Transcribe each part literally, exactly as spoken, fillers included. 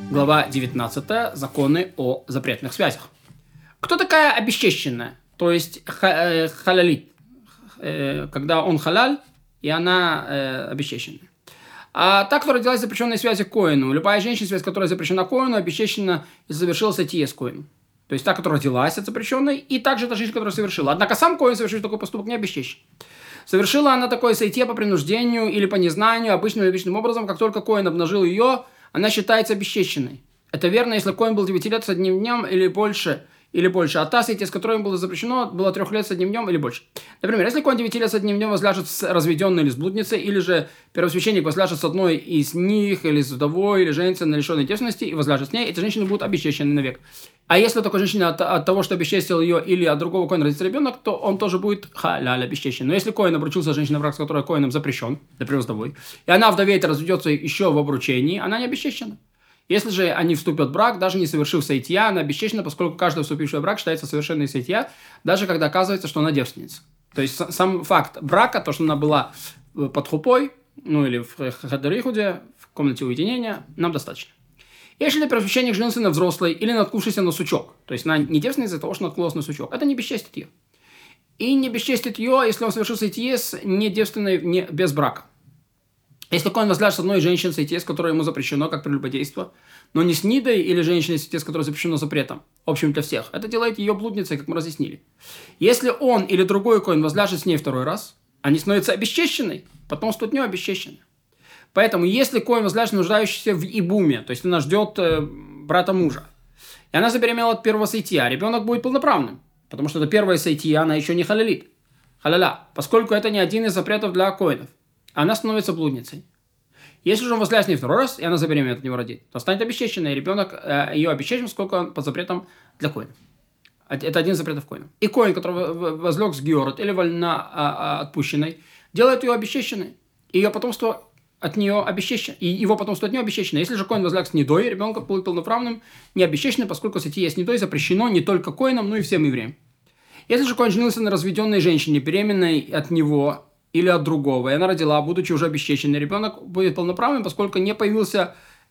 Глава девятнадцатая. Законы о запретных связях. Кто такая обесчещенная? То есть ха- халалит. Э, когда он халаль, и она э, обесчещенная. А та, которая родилась в запрещенной связи к коину. Любая женщина, связь которая запрещена коину, обесчещена и совершила сатие с коином. То есть та, которая родилась от запрещенной, и также та женщина, которая совершила. Однако сам коин, совершив такой поступок, не обесчещен. Совершила она такое сатие по принуждению или по незнанию, обычным или обычным образом, как только коин обнажил ее, она считается обесчещенной. Это верно, если коин был девяти лет с одним днем или больше, или больше. А та сатие, с которой было запрещено, было трех лет с одним днем или больше. Например, если коин девяти лет с одним днем возляжет с разведенной или с блудницей, или же первосвященник возляжет с одной из них, или с вдовой, или женщиной, лишенной девственности, и возляжет с ней, эти женщины будут обесчещены навек. А если только женщина от, от того, что обесчестил ее, или от другого коина родится ребенок, то он тоже будет халяль обесчещен. Но если коин обручился женщина, брак с которой коином запрещен, например, с вдовой, и она вдовеет и разведется еще в обручении, она не обесчещена. Если же они вступят в брак, даже не совершив сайтья, она обесчещена, поскольку каждая вступившая в брак считается совершенной сайтья, даже когда оказывается, что она девственница. То есть сам факт брака, то, что она была под хупой, ну или в хадер-ихуде, в комнате уединения, нам достаточно. Если первосвященник женился на взрослой или наткнувшийся на сучок, то есть она не девственница из-за того, что наткнулась на сучок, это не бесчестит ее. И не бесчестит ее, если он совершил сайтье с недевственной не, без брака. Если коин возляжет с одной женщиной сайтье, с которой ему запрещено, как прелюбодейство, но не с нидой или женщиной сайтье, с которой запрещено запретом, общим для всех, это делает ее блудницей, как мы разъяснили. Если он или другой коин возляжет с ней второй раз, они становятся обесчещенной, потомство от нее обесчещено. Поэтому, если коин возляжет нуждающийся в ибуме, то есть она ждет э, брата мужа, и она забеременела от первого сайтья, ребенок будет полноправным, потому что это первая сайтья, она еще не халалит, халяля, поскольку это не один из запретов для коинов. Она становится блудницей. Если же он возляжет с ней второй раз, и она забеременеет от него родит, то станет обесчещенной, и ребенок э, ее обесчещен, сколько он под запретом для коина. Это один из запретов коина. И коин, который возлег с георот или вольна а, а, отпущенной, делает ее обесчещенной. И ее потомство от нее обесчещено. И его потомство от нее обесчещено. Если же коин возляг с недой, ребенок будет полноправным, не обесчещенным, поскольку сатия с недой запрещено не только коинам, но и всем евреям. Если же коин женился на разведенной женщине, беременной от него или от другого, и она родила, будучи уже обесчещенной, ребенок будет полноправным, поскольку не появился,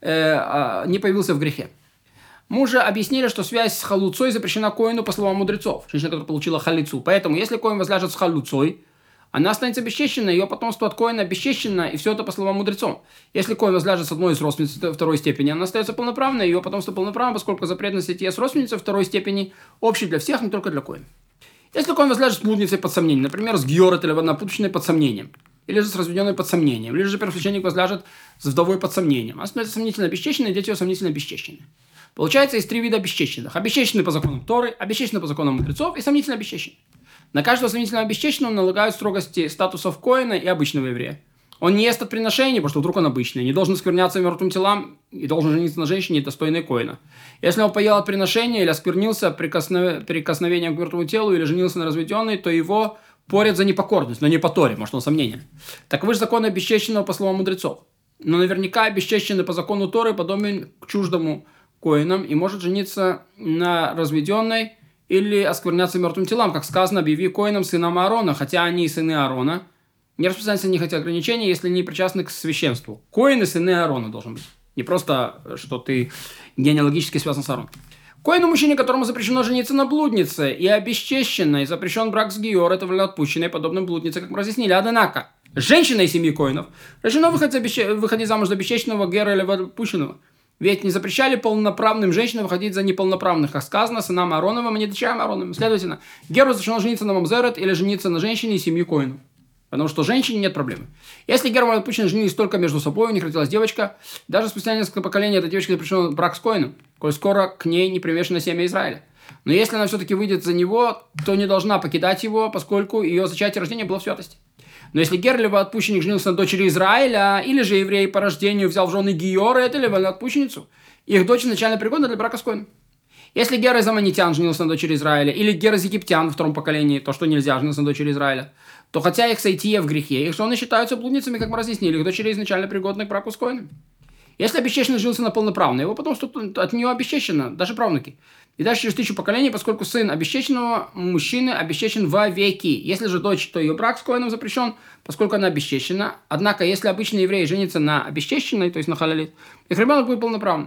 э, не появился в грехе. Мы уже объяснили, что связь с халуцой запрещена коину по словам мудрецов, женщина, которая получила халицу. Поэтому, если коин возляжет с халуцой, она останется обесчещенной, ее потомство от коина обесчещено, и все это по словам мудрецов. Если коин возляжет с одной из родственниц второй степени, она остается полноправной, ее потомство полноправно, поскольку запрет на сатия с родственницей второй степени общий для всех, не только для коина. Если коин возляжет с блудницей под сомнением, например, с георет или напуточной под сомнением, или же с разведенной под сомнением, или же первосвященник возляжет с вдовой под сомнением, она становится сомнительно обесчещенной, дети ее сомнительно обесчещены. Получается, есть три вида обесчещенных. Обесчещенные по законам Торы, обесчещенные по законам мудрецов и сомнительно обесчещенные. На каждого сомнительно обесчещенного налагают строгости статусов коина и обычного еврея. Он не ест от приношений, потому что вдруг он обычный, не должен оскверняться мертвым телам и должен жениться на женщине, достойной коина. Если он поел от приношения или осквернился прикоснов... прикосновением к мертвому телу или женился на разведенной, то его порят за непокорность, но не по Торе, может он сомнение. Таковы же законы обесчещенного по словам мудрецов. Но наверняка обесчещенный по закону Торы подобен к чуждому коинам и может жениться на разведенной или оскверняться мертвым телам, как сказано, объяви коинам сынам Аарона, хотя они и сыны Аарона. Не распространяются на них эти ограничения, если они причастны к священству. Коины сыны Аарона должен быть. Не просто, что ты генеалогически связан с Аароном. Коину мужчине, которому запрещено жениться на блуднице и обесчещенной, и запрещен брак с геор, это вольноотпущенной, подобным блуднице, как мы разъяснили. Однако, женщина из семьи коинов решено выходить, выходить замуж за обесчещенного гера или отпущенного. Ведь не запрещали полноправным женщинам выходить за неполноправных, как сказано, сынам Аароновым, а не дочерям Аароновым. Следовательно, геру запрещено жениться на мамзерет или жениться на женщине из семьи коинов. Потому что женщине нет проблемы. Если гер и отпущенный женились только между собой, у них родилась девочка, даже спустя несколько поколений этой девочки запрещен брак с коином, коль скоро к ней не примешано семя Израиля. Но если она все-таки выйдет за него, то не должна покидать его, поскольку ее зачатие и рождение было в святости. Но если гер или отпущенник женился на дочери Израиля, или же еврей по рождению взял в жены геора, это ли отпущенницу, их дочь изначально пригодна для брака с коином. Если гер из аммонитян женился на дочери Израиля, или гер из египтян во втором поколении, то, что нельзя жениться на дочери Израиля, то хотя их сайтие в грехе, их жены считаются блудницами, как мы разъяснили, их дочери изначально пригодны к браку с коином. Если обесчещенный женился на полноправной, его потомство от нее обесчещено, даже правнуки. И даже через тысячу поколений, поскольку сын обесчещенного мужчины обесчещен вовеки. Если же дочь, то ее брак с коином запрещен, поскольку она обесчещена. Однако, если обычный еврей женится на обесчещенной, то есть на халалит, их ребенок будет полноправный.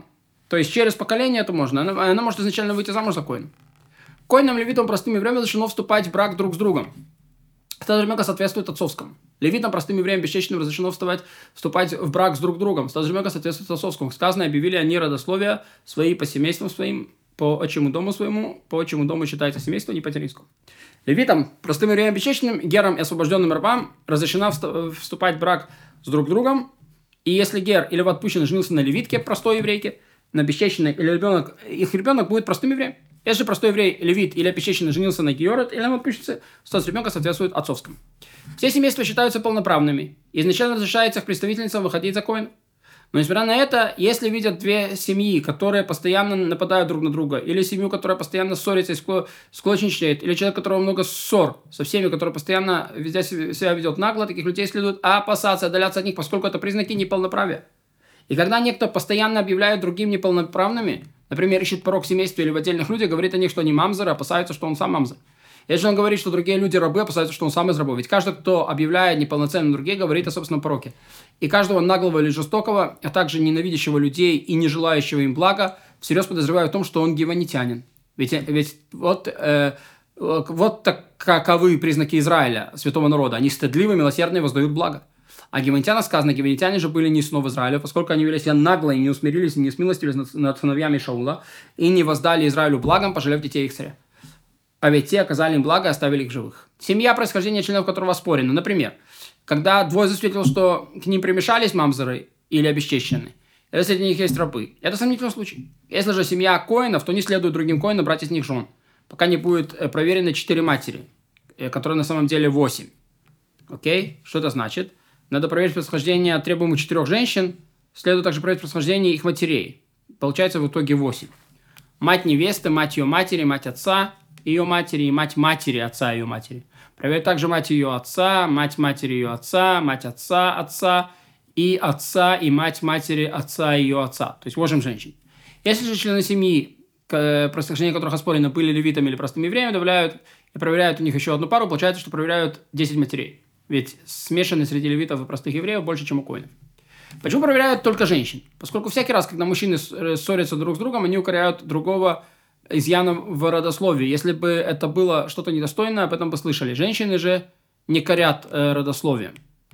То есть через поколение это можно. Она, она может изначально выйти замуж за коина. Коинам, левитам, простым евреям разрешено вступать в брак друг с другом. Статус ребенка соответствует отцовскому. Левитам, простым евреям, обесчещенным разрешено вступать, вступать в брак с друг другом. Статус ребенка соответствует отцовскому. Сказано, объявили они родословия свои по семействам своим, по отчему дому своему, по отчему дому считается семейство, не по материнскому. Левитам, простым евреям, обесчещенным, герам и освобожденным рабам разрешено вступать в брак с друг другом. И если гер или отпущенный женился на левитке, простой еврейке, на обесчещенной или ребенок, их ребенок будет простым евреем. Если простой еврей, левит или обесчещенный женился на георет или на отпущеннице, статус ребенка соответствует отцовскому. Все семейства считаются полноправными. Изначально разрешается их представительницам выходить за коина. Но несмотря на это, если видят две семьи, которые постоянно нападают друг на друга, или семью, которая постоянно ссорится и склочничает, или человек, у которого много ссор со всеми, который постоянно везде себя ведет нагло, таких людей следует опасаться, отдаляться от них, поскольку это признаки неполноправия. И когда некто постоянно объявляет другим неполноправными, например, ищет порок в семействе или в отдельных людях, говорит о них, что они мамзеры, опасаются, что он сам мамзер. Если он говорит, что другие люди рабы, опасаются, что он сам из рабов. Ведь каждый, кто объявляет неполноценным других, говорит о собственном пороке. И каждого наглого или жестокого, а также ненавидящего людей и не желающего им блага, всерьез подозревают в том, что он гиванитянин. Ведь, ведь вот, э, вот так, каковы признаки Израиля, святого народа. Они стыдливы, милосердны и воздают благо. А гиванитянам сказано, гиванитяне же были не снова Израиля, поскольку они вели себя нагло и не усмирились, и не смилостивились над, над сыновьями Шаула, и не воздали Израилю благом, пожалев детей их царя. А ведь те оказали им благо и оставили их живых. Семья, происхождение членов которого оспорено. Например, когда двое засветило, что к ним примешались мамзеры или обесчещенные, или среди них есть рабы. Это сомнительный случай. Если же семья коинов, то не следует другим коинам брать из них жен, пока не будет проверено четыре матери, которые на самом деле восемь. Окей? Что это значит? Надо проверить происхождение требуемых четырех женщин, следует также проверить происхождение их матерей. Получается в итоге восемь. Мать невесты, мать ее матери, мать отца ее матери и мать матери отца ее матери. Проверить также мать ее отца, мать матери ее отца, мать отца отца и отца и мать матери отца ее отца. То есть восемь женщин. Если же члены семьи, происхождение которых оспорено, были левитами или простыми евреями, добавляют и проверяют у них еще одну пару, получается, что проверяют десять матерей. Ведь смешаны среди левитов и простых евреев больше, чем у коинов. Почему проверяют только женщин? Поскольку всякий раз, когда мужчины ссорятся друг с другом, они укоряют другого изъяном в родословии. Если бы это было что-то недостойное, об этом бы слышали. Женщины же не корят э, родословием.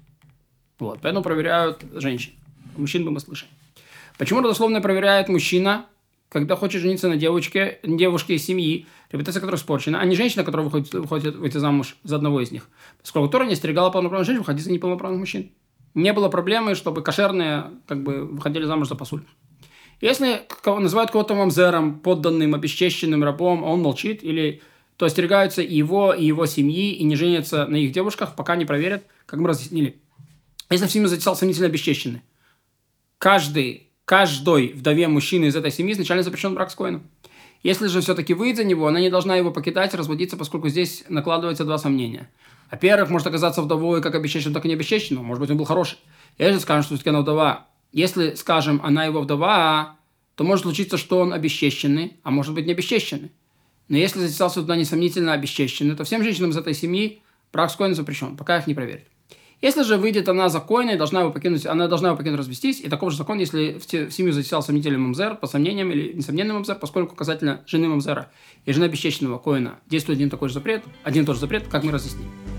Вот, поэтому проверяют женщин. Мужчин бы мы слышали. Почему родословное проверяет мужчина, когда хочет жениться на девочке, девушке из семьи, репутация которой испорчена, а не женщина, которая выходит, выходит выйти замуж за одного из них? Поскольку Тора не остерегала полноправных женщин выходить за неполноправных мужчин. Не было проблемы, чтобы кошерные как бы выходили замуж за посуль. Если называют кого-то мамзером, подданным, обесчещенным рабом, а он молчит, или то остерегаются и его, и его семьи, и не женятся на их девушках, пока не проверят, как мы разъяснили. Если в семью затесал сомнительно обесчещенный, каждый, каждой вдове мужчины из этой семьи изначально запрещен брак с коином. Если же все-таки выйдет за него, она не должна его покидать, разводиться, поскольку здесь накладывается два сомнения. Во-первых, может оказаться вдовой как обесчещенным, так и не обесчещенным. Может быть, он был хороший. Если скажем, что все-таки она вдова, если, скажем, она его вдова, то может случиться, что он обесчещенный, а может быть не обесчещенный. Но если затесался туда несомнительно обесчещенный, то всем женщинам из этой семьи брак с коином запрещен, пока их не проверят. Если же выйдет она за коина, должна его покинуть, она должна его покинуть, развестись, и таков же закон, если в, те, в семью затесал сомнительный мамзер, по сомнениям или несомненный мамзер, поскольку касательно жены мамзера и жены обесчещенного коина действует один такой же запрет, один и тот же запрет, как мы разъяснили.